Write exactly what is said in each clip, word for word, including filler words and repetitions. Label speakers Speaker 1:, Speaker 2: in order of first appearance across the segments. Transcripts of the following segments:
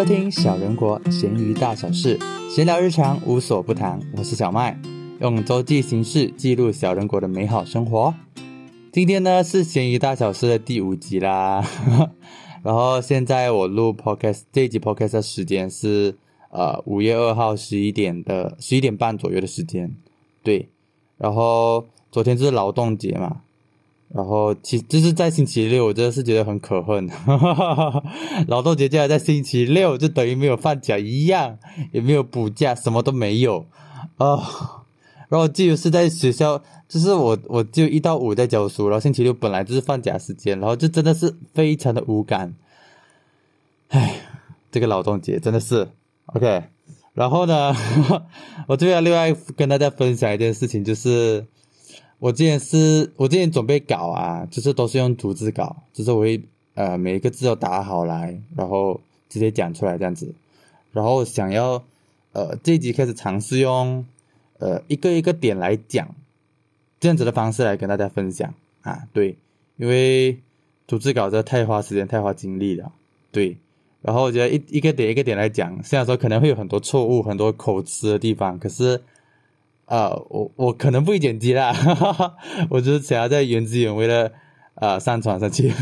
Speaker 1: 收听小人国闲鱼大小事，闲聊日常无所不谈。我是小麦，用周记形式记录小人国的美好生活。今天呢是闲鱼大小事的第五集啦然后现在我录 podcast 这一集 podcast 的时间是呃五月二号十一点的十一点半左右的时间。对，然后昨天就是劳动节嘛，然后其实就是在星期六，我真的是觉得很可恨劳动节竟然在星期六，就等于没有放假一样，也没有补假，什么都没有啊、呃。然后就是在学校，就是我我就一到五在教书，然后星期六本来就是放假时间，然后就真的是非常的无感。唉，这个劳动节真的是 OK。然后呢我这边另外跟大家分享一件事情，就是我之前是我之前准备稿啊，就是都是用逐字稿，就是我会呃每一个字都打好来，然后直接讲出来这样子。然后想要呃这一集开始尝试用呃一个一个点来讲，这样子的方式来跟大家分享啊。对，因为逐字稿这太花时间太花精力了。对，然后我觉得一一个点一个点来讲，虽然说可能会有很多错误很多口吃的地方，可是呃，我我可能不会剪辑啦我就是想要在原汁原味的呃上传上去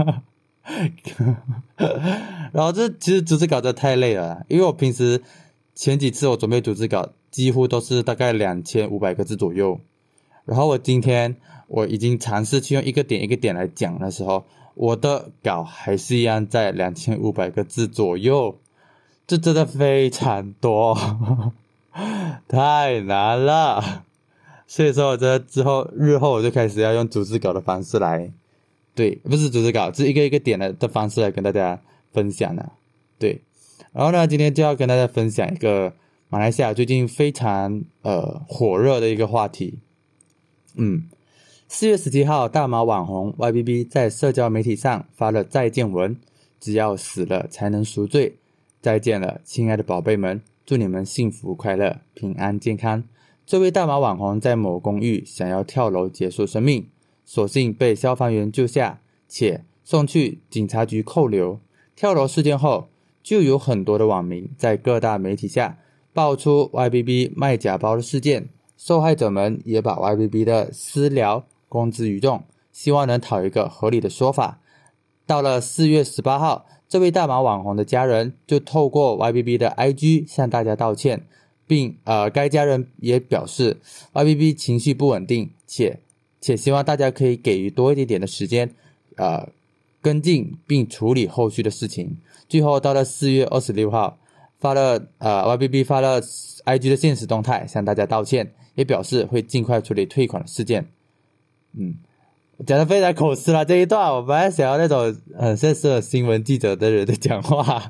Speaker 1: 然后这其实逐字稿真的太累了，因为我平时前几次我准备逐字稿几乎都是大概两千五百个字左右，然后我今天我已经尝试去用一个点一个点来讲的时候，我的稿还是一样在两千五百个字左右，这真的非常多太难了。所以说我这之后日后我就开始要用逐字稿的方式来，对，不是逐字稿，是一个一个点的的方式来跟大家分享的。对，然后呢今天就要跟大家分享一个马来西亚最近非常呃火热的一个话题。嗯四月十七号，大马网红 Y B B 在社交媒体上发了再见文，只要死了才能赎罪，再见了亲爱的宝贝们，祝你们幸福快乐平安健康。这位大马网红在某公寓想要跳楼结束生命，所幸被消防员救下，且送去警察局扣留。跳楼事件后，就有很多的网民在各大媒体下爆出 Y B B 卖假包的事件，受害者们也把 Y B B 的私聊公之于众，希望能讨一个合理的说法。到了四月十八号，这位大马网红的家人就透过 Y B B 的 I G 向大家道歉，并呃，该家人也表示 Y B B 情绪不稳定，且且希望大家可以给予多一点点的时间，呃，跟进并处理后续的事情。最后到了四月二十六号，发了呃 Y B B 发了 I G 的限时动态向大家道歉，也表示会尽快处理退款的事件。嗯，讲得非常口吃了这一段，我本来想要那种很像是新闻记者的人在讲话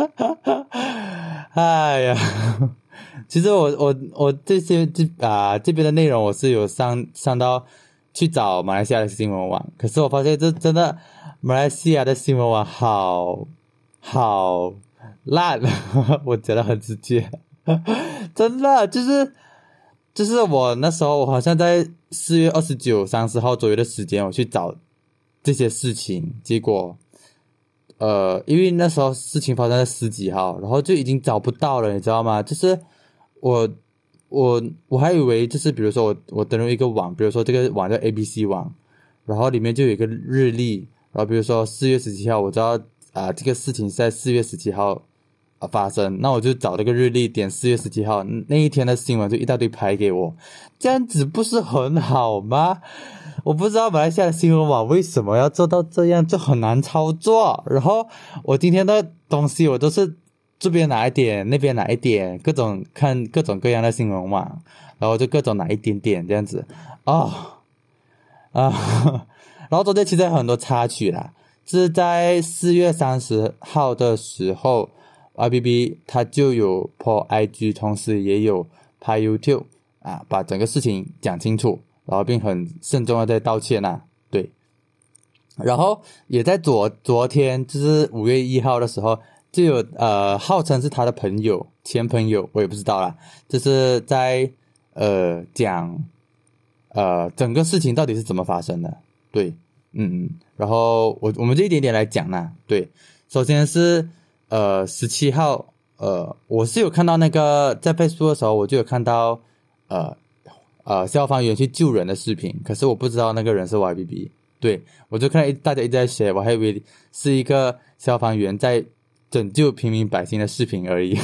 Speaker 1: 哎呀其实我我我这些这啊这边的内容我是有上上到去找马来西亚的新闻网，可是我发现这真的马来西亚的新闻网好好烂我觉得很直接真的就是就是我那时候我好像在四月二十九、三十号左右的时间我去找这些事情，结果呃，因为那时候事情发生在十几号，然后就已经找不到了，你知道吗？就是我我我还以为就是比如说我我登录一个网，比如说这个网叫 A B C 网，然后里面就有一个日历，然后比如说四月十七号，我知道啊、呃、这个事情是在四月十七号啊发生，那我就找这个日历点四月十七号那一天的新闻，就一大堆拍给我，这样子不是很好吗？我不知道马来西亚的新闻网为什么要做到这样，就很难操作。然后我今天的东西我都是这边拿一点那边拿一点，各种看各种各样的新闻网，然后就各种拿一点点这样子啊啊然后中间其实有很多插曲啦，是在四月三十号的时候 Y B B 他就有 po I G， 同时也有拍 YouTube 啊，把整个事情讲清楚，然后并很慎重的在道歉啊，对。然后也在昨昨天就是五月一号的时候，就有呃号称是他的朋友前朋友，我也不知道啦，就是在呃讲呃整个事情到底是怎么发生的，对，嗯嗯。然后我我们这一点点来讲啦，对。首先是呃十七号，呃，我是有看到那个在 Facebook 的时候，我就有看到呃呃消防员去救人的视频，可是我不知道那个人是 Y B B。对，我就看到大家一直在写，我还以为是一个消防员在拯救平民百姓的视频而已。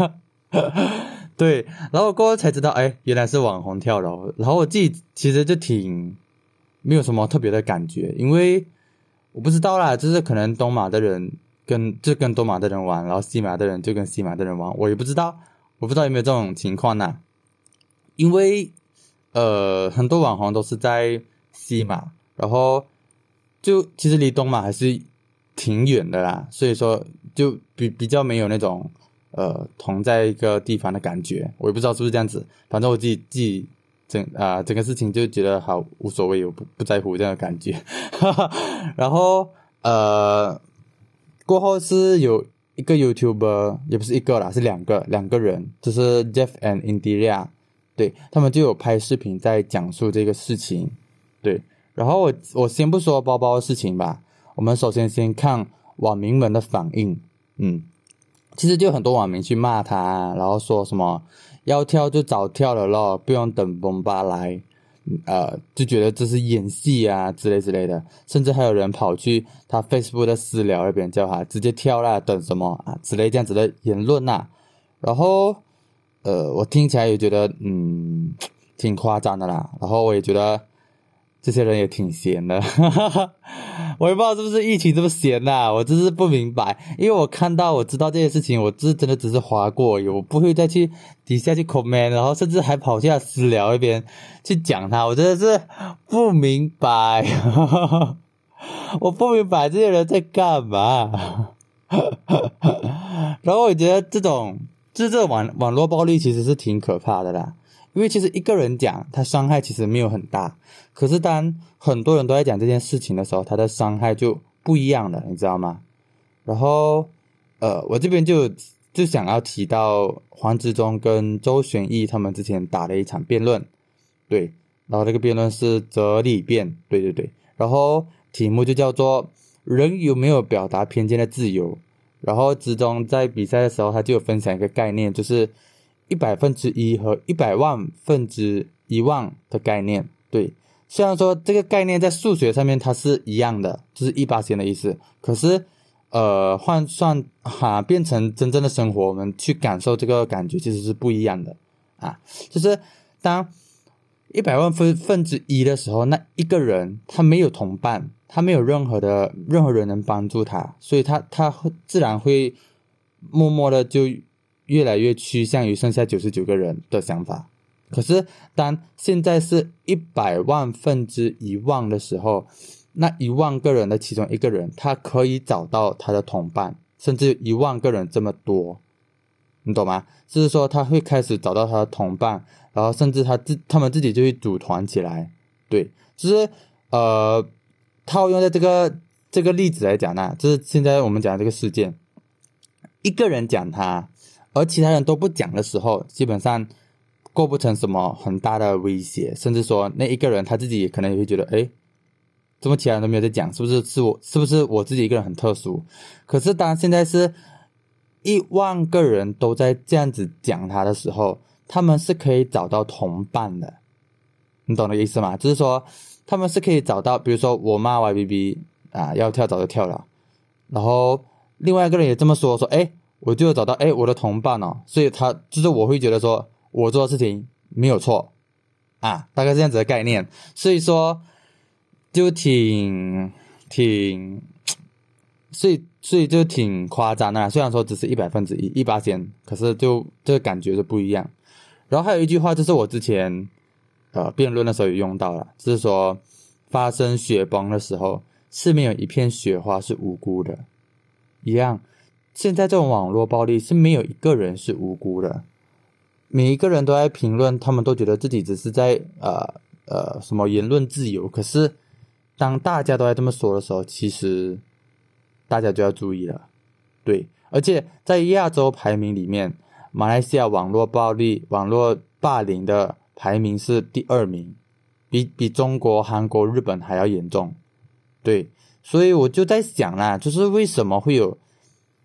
Speaker 1: 对，然后过后才知道，哎，原来是网红跳楼。然后我自己其实就挺没有什么特别的感觉，因为我不知道啦，就是可能东马的人跟就跟东马的人玩，然后西马的人就跟西马的人玩，我也不知道，我不知道有没有这种情况呢？因为呃，很多网红都是在西马。然后就其实离东马还是挺远的啦，所以说就比比较没有那种呃同在一个地方的感觉，我也不知道是不是这样子，反正我自己自己整啊、呃、整个事情就觉得好无所谓，我不不在乎这样的感觉。然后呃过后是有一个 YouTuber， 也不是一个啦，是两个两个人，就是 Jeff and Indiria， 对，他们就有拍视频在讲述这个事情，对。然后我我先不说包包的事情吧，我们首先先看网民们的反应。嗯，其实就很多网民去骂他，然后说什么要跳就早跳了咯，不用等崩巴来，呃，就觉得这是演戏啊之类之类的，甚至还有人跑去他 Facebook 的私聊那边叫他直接跳啦，等什么啊之类这样子的言论呐、啊。然后呃，我听起来也觉得嗯挺夸张的啦，然后我也觉得。这些人也挺闲的。我也不知道是不是疫情这么闲啊，我真是不明白。因为我看到我知道这些事情，我是真的只是划过而已，我不会再去底下去 comment， 然后甚至还跑下私聊那边去讲他，我真的是不明白。我不明白这些人在干嘛。然后我觉得这种就是这种网网络暴力其实是挺可怕的啦。因为其实一个人讲他伤害其实没有很大，可是当很多人都在讲这件事情的时候，他的伤害就不一样了，你知道吗？然后呃我这边就就想要提到黄执中跟周旋义他们之前打了一场辩论，对，然后这个辩论是哲理辩，对对对，然后题目就叫做人有没有表达偏见的自由。然后执中在比赛的时候他就有分享一个概念，就是一百分之一和一百万分之一万的概念。对，虽然说这个概念在数学上面它是一样的，就是一百%的意思，可是呃换算哈变成真正的生活，我们去感受这个感觉其实是不一样的啊。就是当一百万分分之一的时候，那一个人他没有同伴，他没有任何的任何人能帮助他，所以他他会自然会默默的就越来越趋向于剩下九十九个人的想法。可是当现在是一百万分之一万的时候，那一万个人的其中一个人他可以找到他的同伴，甚至一万个人这么多，你懂吗？就是说他会开始找到他的同伴，然后甚至他自他们自己就会组团起来。对，就是呃套用在这个这个例子来讲呢，就是现在我们讲的这个事件，一个人讲他而其他人都不讲的时候，基本上构不成什么很大的威胁，甚至说那一个人他自己可能也会觉得，诶，怎么其他人都没有在讲，是不是是我是不是我自己一个人很特殊？可是当现在是一万个人都在这样子讲他的时候，他们是可以找到同伴的，你懂的意思吗？就是说他们是可以找到，比如说我骂 Y B B 啊，要跳早就跳了，然后另外一个人也这么说，说诶我就找到诶我的同伴哦，所以他就是我会觉得说我做的事情没有错啊，大概这样子的概念。所以说就挺挺所以所以就挺夸张的啦，虽然说只是一百分之一一八千，可是就这个感觉就不一样。然后还有一句话就是我之前呃辩论的时候有用到了，就是说发生雪崩的时候是没有一片雪花是无辜的一样。现在这种网络暴力是没有一个人是无辜的，每一个人都在评论，他们都觉得自己只是在呃呃什么言论自由，可是当大家都在这么说的时候，其实大家就要注意了。对，而且在亚洲排名里面，马来西亚网络暴力网络霸凌的排名是第二名，比比中国韩国日本还要严重。对，所以我就在想啦，就是为什么会有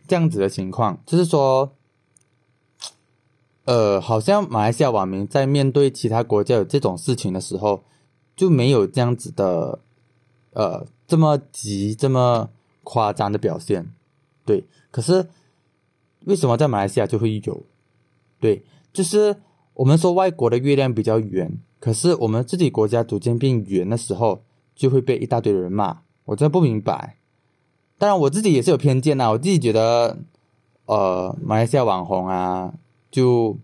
Speaker 1: 这样子的情况，就是说呃，好像马来西亚网民在面对其他国家有这种事情的时候，就没有这样子的呃这么急这么夸张的表现。对，可是为什么在马来西亚就会有？对，就是我们说外国的月亮比较圆，可是我们自己国家逐渐变圆的时候，就会被一大堆人骂。我真的不明白。当然我自己也是有偏见啦，我自己觉得呃马来西亚网红啊，就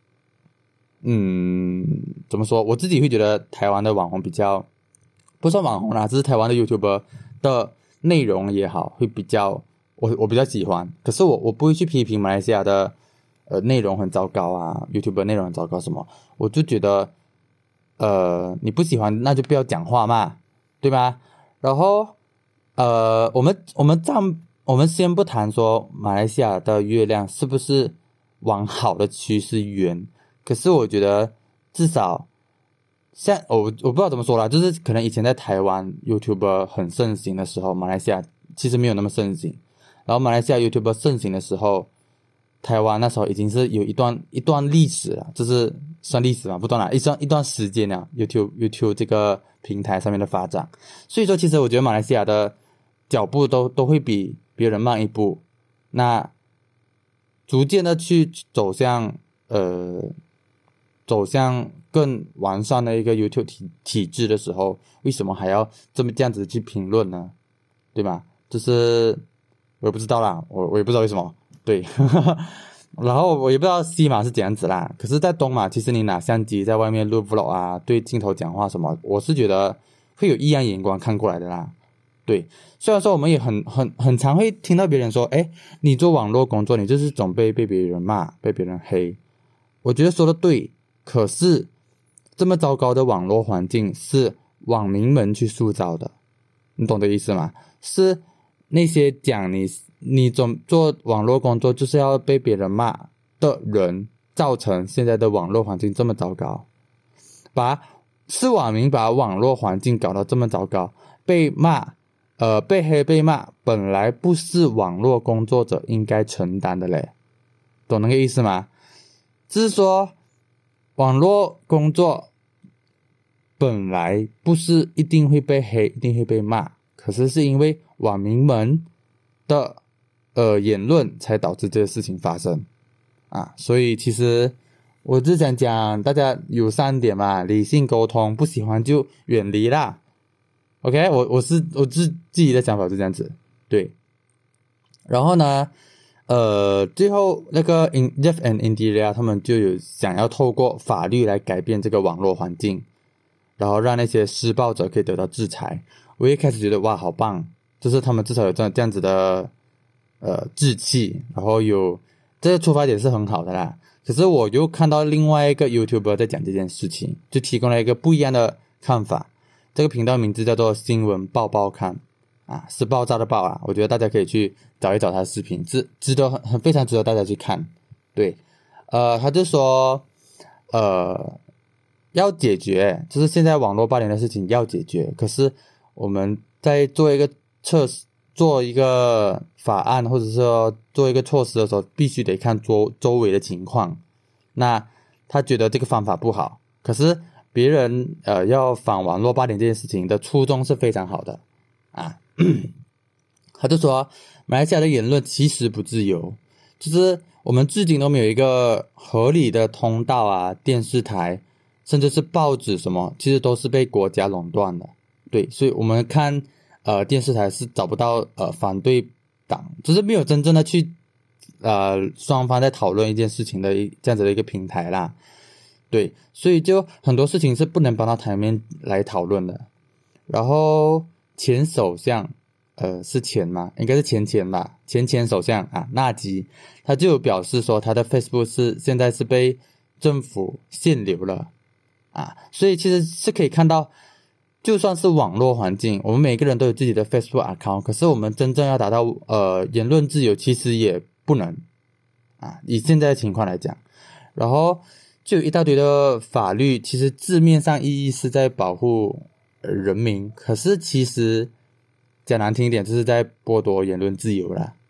Speaker 1: 嗯怎么说，我自己会觉得台湾的网红比较不算网红啦，只是台湾的 YouTuber 的内容也好，会比较我我比较喜欢。可是我我不会去批评马来西亚的呃内容很糟糕啊 YouTuber 内容很糟糕什么，我就觉得呃你不喜欢那就不要讲话嘛，对吧？然后呃我们我们暂我们先不谈说马来西亚的月亮是不是往好的趋势圆，可是我觉得至少像我我不知道怎么说啦，就是可能以前在台湾 YouTuber 很盛行的时候，马来西亚其实没有那么盛行。然后马来西亚 YouTuber 盛行的时候，台湾那时候已经是有一段一段历史了，就是算历史嘛，不断啦，一段一段时间了 YouTube YouTube 这个平台上面的发展。所以说，其实我觉得马来西亚的脚步都都会比别人慢一步，那逐渐的去走向呃走向更完善的一个 YouTube 体体制的时候，为什么还要这么这样子去评论呢？对吧？就是我也不知道啦，我我也不知道为什么。对，然后我也不知道西马是怎样子啦。可是，在东马，其实你拿相机在外面录 vlog 啊，对镜头讲话什么，我是觉得会有异样眼光看过来的啦。对，虽然说我们也很很很常会听到别人说，哎，你做网络工作，你就是总被被别人骂，被别人黑。我觉得说的对，可是这么糟糕的网络环境是网民们去塑造的，你懂的意思吗？是那些讲你你总做网络工作就是要被别人骂的人，造成现在的网络环境这么糟糕，把是网民把网络环境搞得这么糟糕，被骂呃被黑被骂，本来不是网络工作者应该承担的嘞，懂那个意思吗？就是说网络工作本来不是一定会被黑一定会被骂，可是是因为网民们的呃言论才导致这个事情发生啊，所以其实我只想讲大家有三点嘛，理性沟通，不喜欢就远离啦。OK， 我我是我自自己的想法是这样子，对。然后呢，呃，最后那个 Jeff and India 他们就有想要透过法律来改变这个网络环境，然后让那些施暴者可以得到制裁。我一开始觉得哇，好棒，就是他们至少有这样这样子的呃志气，然后有这个出发点是很好的啦。可是我又看到另外一个 YouTuber 在讲这件事情，就提供了一个不一样的看法。这个频道名字叫做新闻爆爆看啊，是爆炸的爆啊，我觉得大家可以去找一找他的视频，值值得很很非常值得大家去看。对，呃，他就说，呃，要解决，就是现在网络霸凌的事情要解决，可是我们在做一个测试、做一个法案，或者说做一个措施的时候，必须得看周周围的情况。那他觉得这个方法不好，可是别人呃要反网络霸凌这件事情的初衷是非常好的啊。他就说，马来西亚的言论其实不自由，就是我们至今都没有一个合理的通道啊，电视台甚至是报纸什么，其实都是被国家垄断的。对，所以我们看呃电视台是找不到呃反对党，就是没有真正的去呃双方在讨论一件事情的一这样子的一个平台啦。对，所以就很多事情是不能搬到台面来讨论的。然后前首相呃是前吗？应该是前前吧，前前首相啊纳吉，他就有表示说他的 Facebook 是现在是被政府限流了啊，所以其实是可以看到，就算是网络环境，我们每个人都有自己的 Facebook account， 可是我们真正要达到呃言论自由，其实也不能啊，以现在的情况来讲。然后就有一大堆的法律，其实字面上意义是在保护人民，可是其实讲难听一点，就是在剥夺言论自由啦。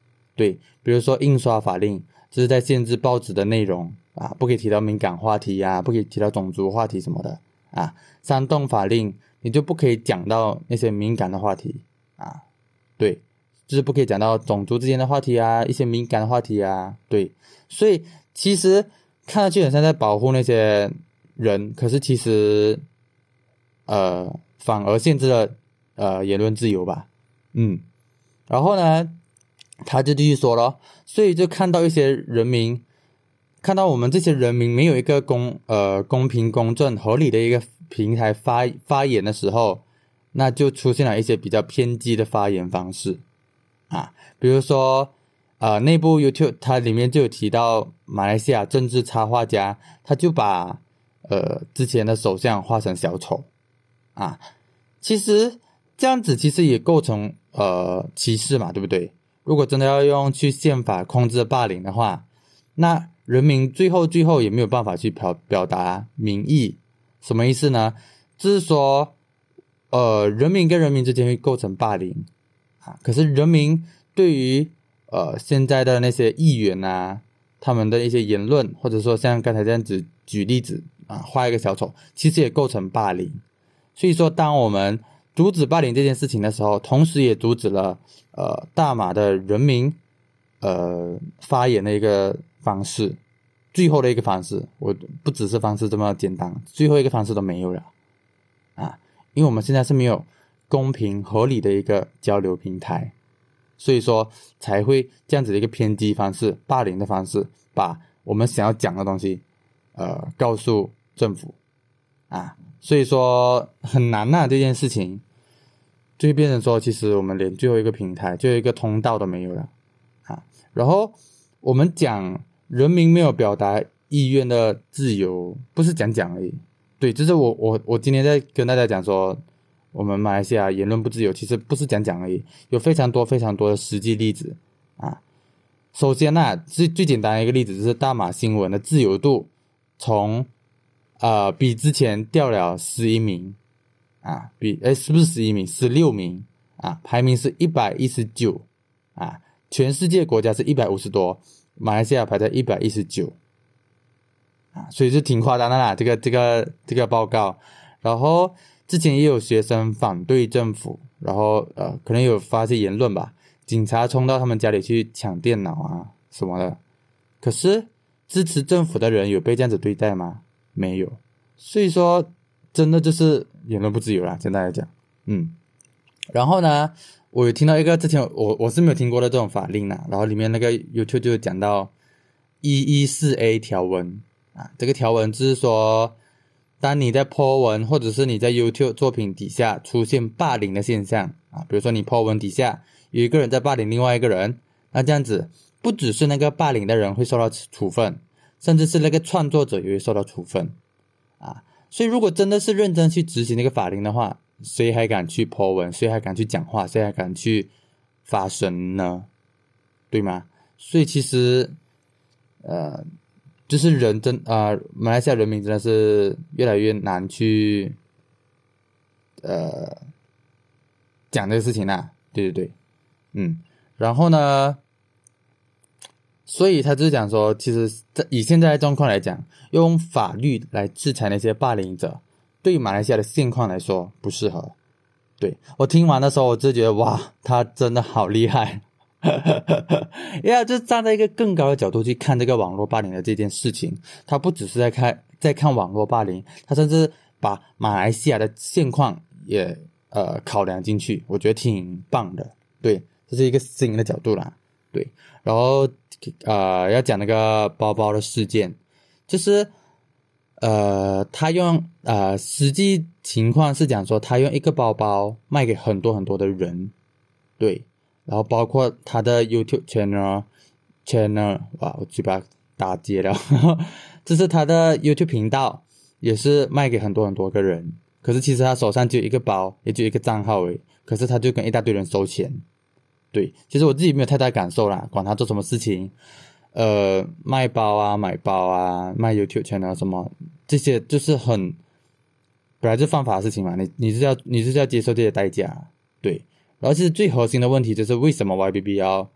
Speaker 1: 对，比如说印刷法令，就是在限制报纸的内容啊，不可以提到敏感话题啊，不可以提到种族话题什么的啊。煽动法令，你就不可以讲到那些敏感的话题啊，对，就是不可以讲到种族之间的话题啊，一些敏感的话题啊，对。所以其实看上去好像在保护那些人，可是其实呃反而限制了呃言论自由吧，嗯。然后呢，他就继续说了，所以就看到一些人民，看到我们这些人民没有一个公呃公平公正合理的一个平台发发言的时候，那就出现了一些比较偏激的发言方式啊，比如说呃内部 YouTube 它里面就有提到马来西亚政治插画家，他就把呃之前的首相画成小丑啊，其实这样子其实也构成呃歧视嘛，对不对？如果真的要用去宪法控制霸凌的话，那人民最后最后也没有办法去表表达民意，什么意思呢？就是说呃人民跟人民之间会构成霸凌啊，可是人民对于呃现在的那些议员啊，他们的一些言论，或者说像刚才这样子举例子啊，画一个小丑，其实也构成霸凌。所以说当我们阻止霸凌这件事情的时候，同时也阻止了呃大马的人民呃发言的一个方式，最后的一个方式，我不只是方式这么简单，最后一个方式都没有了啊，因为我们现在是没有公平合理的一个交流平台，所以说才会这样子的一个偏激方式，霸凌的方式，把我们想要讲的东西呃告诉政府啊，所以说很难呐、啊、这件事情。就会变成说，其实我们连最后一个平台、最后一个通道都没有了啊。然后我们讲人民没有表达意愿的自由，不是讲讲而已。对，就是我我我今天在跟大家讲说，我们马来西亚言论不自由，其实不是讲讲而已，有非常多非常多的实际例子啊。首先呢、啊，最最简单的一个例子就是大马新闻的自由度从呃比之前掉了十一名。啊，比诶是不是十一名？十六名啊，排名是一百一十九啊，全世界国家是一百五十多，马来西亚排在一百一十九啊，所以就挺夸张的啦，这个这个这个报告。然后之前也有学生反对政府，然后呃可能有发些言论吧，警察冲到他们家里去抢电脑啊什么的。可是支持政府的人有被这样子对待吗？没有。所以说真的就是言论不自由啦，简单来讲，嗯，然后呢，我有听到一个之前我我是没有听过的这种法令啦，然后里面那个 YouTube 就讲到一一四 A 条文啊，这个条文就是说，当你在 po 文或者是你在 YouTube 作品底下出现霸凌的现象啊，比如说你 po 文底下有一个人在霸凌另外一个人，那这样子不只是那个霸凌的人会受到处分，甚至是那个创作者也会受到处分啊。所以如果真的是认真去执行那个法令的话，谁还敢去 po 文，谁还敢去讲话，谁还敢去发声呢？对吗？所以其实呃就是人真啊、呃，马来西亚人民真的是越来越难去呃讲这个事情啦，对对对，嗯，然后呢，所以他就是讲说，其实以现在的状况来讲，用法律来制裁那些霸凌者，对于马来西亚的现况来说不适合。对，我听完的时候，我就觉得哇，他真的好厉害，因为就站在一个更高的角度去看这个网络霸凌的这件事情，他不只是在看在看网络霸凌，他甚至把马来西亚的现况也呃考量进去，我觉得挺棒的。对，这是一个新的角度啦。对，然后呃要讲那个包包的事件，就是呃他用呃实际情况是讲说他用一个包包卖给很多很多的人，对，然后包括他的 YouTube channel channel 哇我嘴巴打结了就是他的 YouTube 频道也是卖给很多很多个人，可是其实他手上就一个包，也就一个账号而已，可是他就跟一大堆人收钱。对，其实我自己没有太大感受啦，管他做什么事情，呃，卖包啊、买包啊、卖 YouTube channel 什么，这些就是很本来就犯法的事情嘛，你你是要你是要接受这些代价，对。然后其实最核心的问题就是为什么 Y B B 要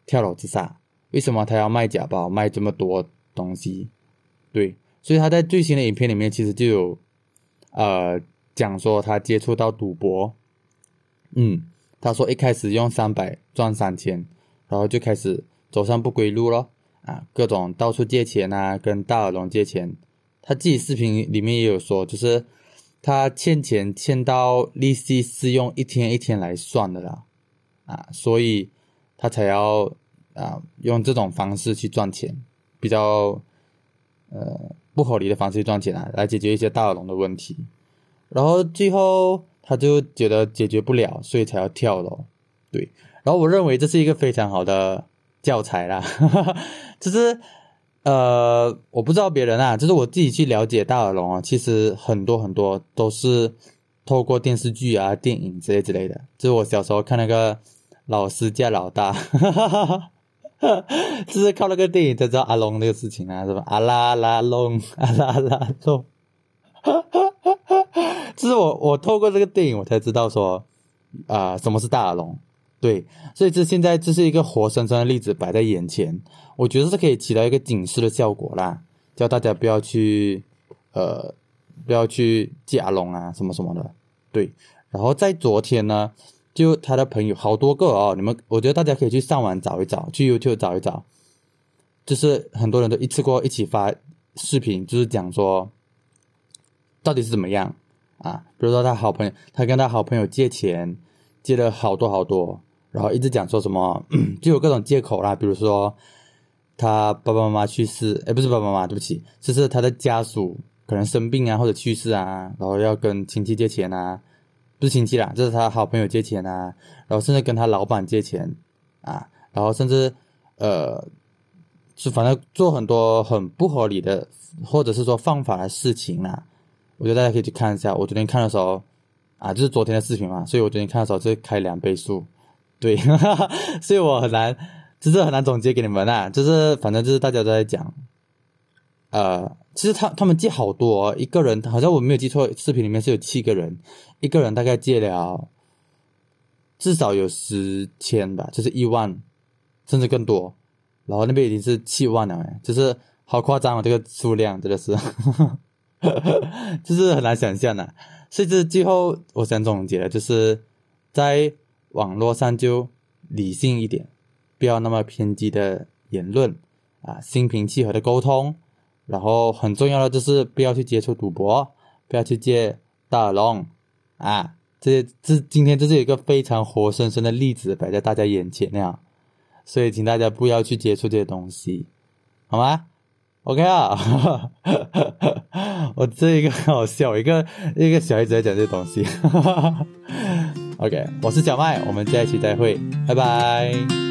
Speaker 1: 跳楼自杀？为什么他要卖假包，卖这么多东西？对，所以他在最新的影片里面其实就有呃讲说他接触到赌博。嗯，他说一开始用三百赚三千，然后就开始走上不归路咯。啊，各种到处借钱啊，跟大耳窿借钱。他自己视频里面也有说，就是他欠钱欠到利息是用一天一天来算的啦。啊，所以他才要啊用这种方式去赚钱，比较呃不合理的方式去赚钱啊，来解决一些大耳窿的问题。然后最后他就觉得解决不了，所以才要跳楼。对，然后我认为这是一个非常好的教材啦，就是呃我不知道别人啊，就是我自己去了解大耳窿啊，其实很多很多都是透过电视剧啊、电影之类之类的。就是我小时候看那个老师嫁老大，就是靠那个电影才知道阿龙那个事情啊，是吧？阿拉拉龙，阿拉拉龙。就是我我透过这个电影我才知道说啊、呃、什么是大耳窿。对，所以这现在这是一个活生生的例子摆在眼前，我觉得是可以起到一个警示的效果啦，叫大家不要去呃不要去借阿龙啊什么什么的。对，然后在昨天呢，就他的朋友好多个哦，你们我觉得大家可以去上网找一找，去 YouTube 找一找，就是很多人都一次过一起发视频，就是讲说到底是怎么样啊？比如说他好朋友，他跟他好朋友借钱，借了好多好多，然后一直讲说什么，就有各种借口啦，比如说他爸爸妈妈去世，诶不是爸爸妈妈，对不起，就是他的家属可能生病啊或者去世啊，然后要跟亲戚借钱啊，不是亲戚啦，就是他好朋友借钱啊，然后甚至跟他老板借钱啊，然后甚至呃，就反正做很多很不合理的或者是说犯法的事情啦。我觉得大家可以去看一下，我昨天看的时候啊，就是昨天的视频嘛，所以我昨天看的时候就是开两倍速，对，所以我很难，就是很难总结给你们啦，就是反正就是大家都在讲，呃，其实他他们借好多哦，一个人好像我没有记错，视频里面是有七个人，一个人大概借了至少有十千吧，就是一万，甚至更多，然后那边已经是七万了，诶，就是好夸张啊，这个数量真的是。就是很难想象的、啊，所以这最后我想总结的就是在网络上就理性一点，不要那么偏激的言论啊，心平气和的沟通，然后很重要的就是不要去接触赌博，不要去借大耳窿啊，这这今天这是有一个非常活生生的例子摆在大家眼前呀，所以请大家不要去接触这些东西，好吗？OK 啊，我这一个很好笑，一个一个小孩子在讲这些东西。OK， 我是小麦，我们下一期再会，拜拜。